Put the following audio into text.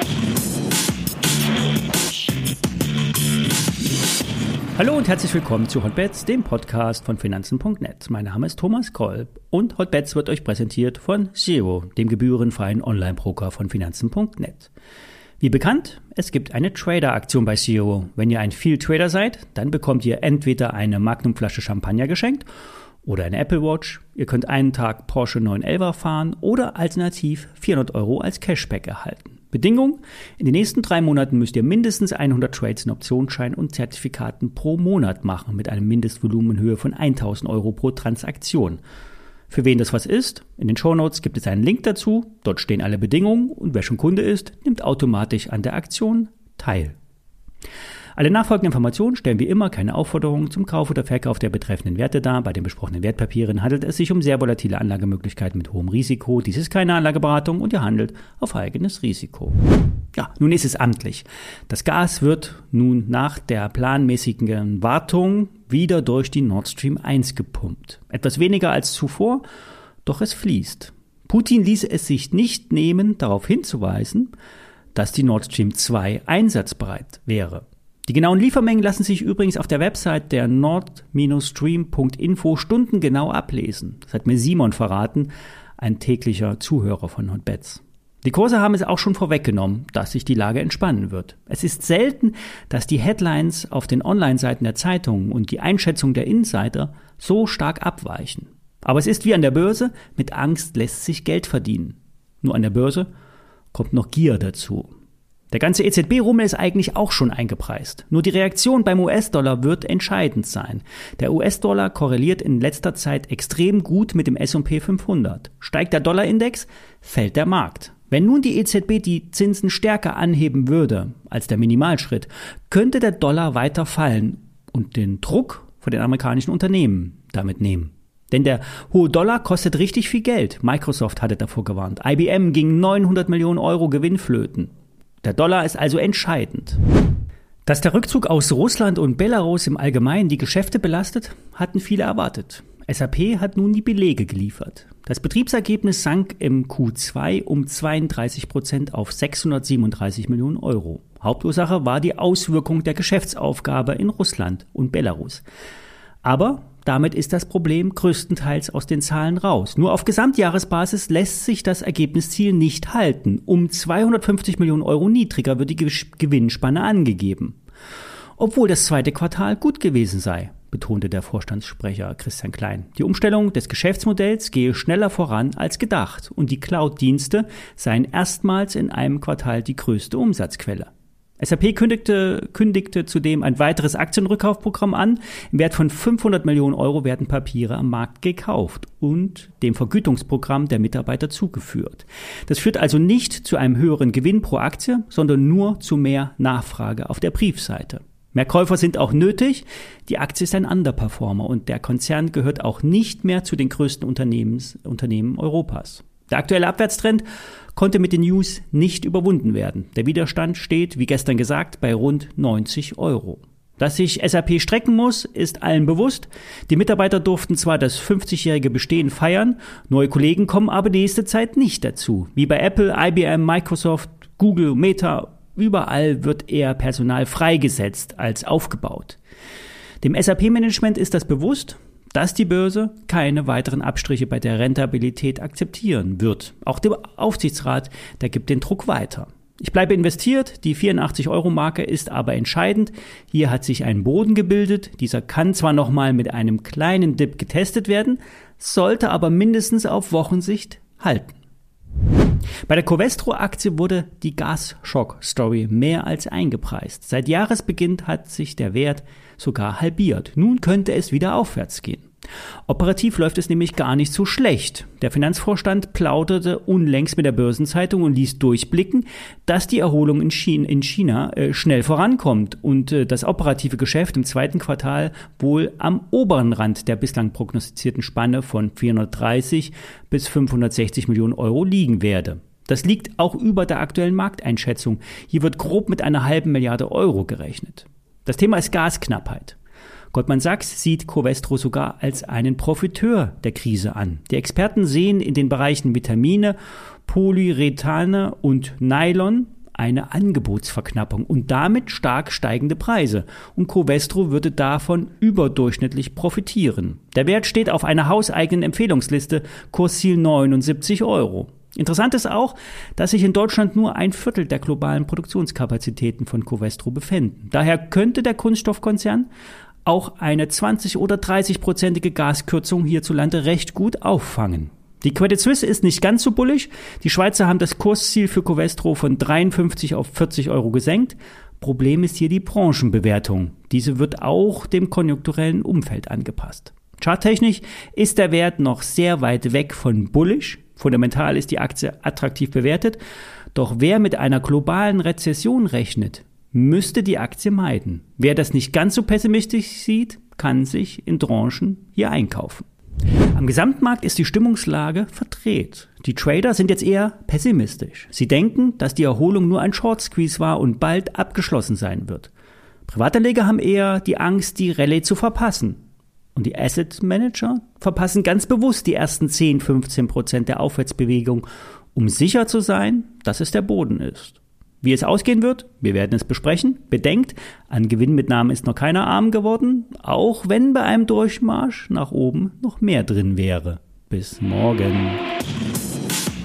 Hallo und herzlich willkommen zu Hotbets, dem Podcast von Finanzen.net. Mein Name ist Thomas Kolb und Hotbets wird euch präsentiert von Xero, dem gebührenfreien Online-Broker von Finanzen.net. Wie bekannt, es gibt eine Trader-Aktion bei Xero. Wenn ihr ein Field-Trader seid, dann bekommt ihr entweder eine Magnum-Flasche Champagner geschenkt oder eine Apple Watch. Ihr könnt einen Tag Porsche 911 fahren oder alternativ 400 € als Cashback erhalten. Bedingung: in den nächsten 3 Monaten müsst ihr mindestens 100 Trades in Optionsscheinen und Zertifikaten pro Monat machen mit einem Mindestvolumen in Höhe von 1.000 € pro Transaktion. Für wen das was ist? In den Shownotes gibt es einen Link dazu. Dort stehen alle Bedingungen und wer schon Kunde ist, nimmt automatisch an der Aktion teil. Alle nachfolgenden Informationen stellen wie immer keine Aufforderung zum Kauf oder Verkauf der betreffenden Werte dar. Bei den besprochenen Wertpapieren handelt es sich um sehr volatile Anlagemöglichkeiten mit hohem Risiko. Dies ist keine Anlageberatung und ihr handelt auf eigenes Risiko. Ja, nun ist es amtlich. Das Gas wird nun nach der planmäßigen Wartung wieder durch die Nord Stream 1 gepumpt. Etwas weniger als zuvor, doch es fließt. Putin ließ es sich nicht nehmen, darauf hinzuweisen, dass die Nord Stream 2 einsatzbereit wäre. Die genauen Liefermengen lassen sich übrigens auf der Website der nord-stream.info stundengenau ablesen. Das hat mir Simon verraten, ein täglicher Zuhörer von Hotbets. Die Kurse haben es auch schon vorweggenommen, dass sich die Lage entspannen wird. Es ist selten, dass die Headlines auf den Online-Seiten der Zeitungen und die Einschätzung der Insider so stark abweichen. Aber es ist wie an der Börse, mit Angst lässt sich Geld verdienen. Nur an der Börse kommt noch Gier dazu. Der ganze EZB-Rummel ist eigentlich auch schon eingepreist. Nur die Reaktion beim US-Dollar wird entscheidend sein. Der US-Dollar korreliert in letzter Zeit extrem gut mit dem S&P 500. Steigt der Dollarindex, fällt der Markt. Wenn nun die EZB die Zinsen stärker anheben würde als der Minimalschritt, könnte der Dollar weiter fallen und den Druck von den amerikanischen Unternehmen damit nehmen. Denn der hohe Dollar kostet richtig viel Geld. Microsoft hatte davor gewarnt. IBM ging 900 Millionen € Gewinn flöten. Der Dollar ist also entscheidend. Dass der Rückzug aus Russland und Belarus im Allgemeinen die Geschäfte belastet, hatten viele erwartet. SAP hat nun die Belege geliefert. Das Betriebsergebnis sank im Q2 um 32% auf 637 Millionen €. Hauptursache war die Auswirkung der Geschäftsaufgabe in Russland und Belarus. Aber damit ist das Problem größtenteils aus den Zahlen raus. Nur auf Gesamtjahresbasis lässt sich das Ergebnisziel nicht halten. Um 250 Millionen € niedriger wird die Gewinnspanne angegeben. Obwohl das zweite Quartal gut gewesen sei, betonte der Vorstandssprecher Christian Klein. Die Umstellung des Geschäftsmodells gehe schneller voran als gedacht und die Cloud-Dienste seien erstmals in einem Quartal die größte Umsatzquelle. SAP kündigte zudem ein weiteres Aktienrückkaufprogramm an. Im Wert von 500 Millionen € werden Papiere am Markt gekauft und dem Vergütungsprogramm der Mitarbeiter zugeführt. Das führt also nicht zu einem höheren Gewinn pro Aktie, sondern nur zu mehr Nachfrage auf der Briefseite. Mehr Käufer sind auch nötig. Die Aktie ist ein Underperformer und der Konzern gehört auch nicht mehr zu den größten Unternehmen Europas. Der aktuelle Abwärtstrend konnte mit den News nicht überwunden werden. Der Widerstand steht, wie gestern gesagt, bei rund 90 €. Dass sich SAP strecken muss, ist allen bewusst. Die Mitarbeiter durften zwar das 50-jährige Bestehen feiern, neue Kollegen kommen aber die nächste Zeit nicht dazu. Wie bei Apple, IBM, Microsoft, Google, Meta, überall wird eher Personal freigesetzt als aufgebaut. Dem SAP-Management ist das bewusst, dass die Börse keine weiteren Abstriche bei der Rentabilität akzeptieren wird. Auch der Aufsichtsrat, der gibt den Druck weiter. Ich bleibe investiert, die 84-€ ist aber entscheidend. Hier hat sich ein Boden gebildet. Dieser kann zwar nochmal mit einem kleinen Dip getestet werden, sollte aber mindestens auf Wochensicht halten. Bei der Covestro-Aktie wurde die Gas-Schock-Story mehr als eingepreist. Seit Jahresbeginn hat sich der Wert sogar halbiert. Nun könnte es wieder aufwärts gehen. Operativ läuft es nämlich gar nicht so schlecht. Der Finanzvorstand plauderte unlängst mit der Börsenzeitung und ließ durchblicken, dass die Erholung in China schnell vorankommt und das operative Geschäft im zweiten Quartal wohl am oberen Rand der bislang prognostizierten Spanne von 430 bis 560 Millionen € liegen werde. Das liegt auch über der aktuellen Markteinschätzung. Hier wird grob mit einer halben Milliarde € gerechnet. Das Thema ist Gasknappheit. Goldman Sachs sieht Covestro sogar als einen Profiteur der Krise an. Die Experten sehen in den Bereichen Vitamine, Polyurethane und Nylon eine Angebotsverknappung und damit stark steigende Preise. Und Covestro würde davon überdurchschnittlich profitieren. Der Wert steht auf einer hauseigenen Empfehlungsliste, Kursziel 79 €. Interessant ist auch, dass sich in Deutschland nur 1/4 der globalen Produktionskapazitäten von Covestro befinden. Daher könnte der Kunststoffkonzern auch eine 20- oder 30-prozentige Gaskürzung hierzulande recht gut auffangen. Die Credit Suisse ist nicht ganz so bullig. Die Schweizer haben das Kursziel für Covestro von 53 auf 40 € gesenkt. Problem ist hier die Branchenbewertung. Diese wird auch dem konjunkturellen Umfeld angepasst. Charttechnisch ist der Wert noch sehr weit weg von bullish. Fundamental ist die Aktie attraktiv bewertet. Doch wer mit einer globalen Rezession rechnet, müsste die Aktie meiden. Wer das nicht ganz so pessimistisch sieht, kann sich in Tranchen hier einkaufen. Am Gesamtmarkt ist die Stimmungslage verdreht. Die Trader sind jetzt eher pessimistisch. Sie denken, dass die Erholung nur ein Short Squeeze war und bald abgeschlossen sein wird. Privatanleger haben eher die Angst, die Rallye zu verpassen. Und die Asset Manager verpassen ganz bewusst die ersten 10-15% der Aufwärtsbewegung, um sicher zu sein, dass es der Boden ist. Wie es ausgehen wird, wir werden es besprechen. Bedenkt, an Gewinnmitnahmen ist noch keiner arm geworden, auch wenn bei einem Durchmarsch nach oben noch mehr drin wäre. Bis morgen.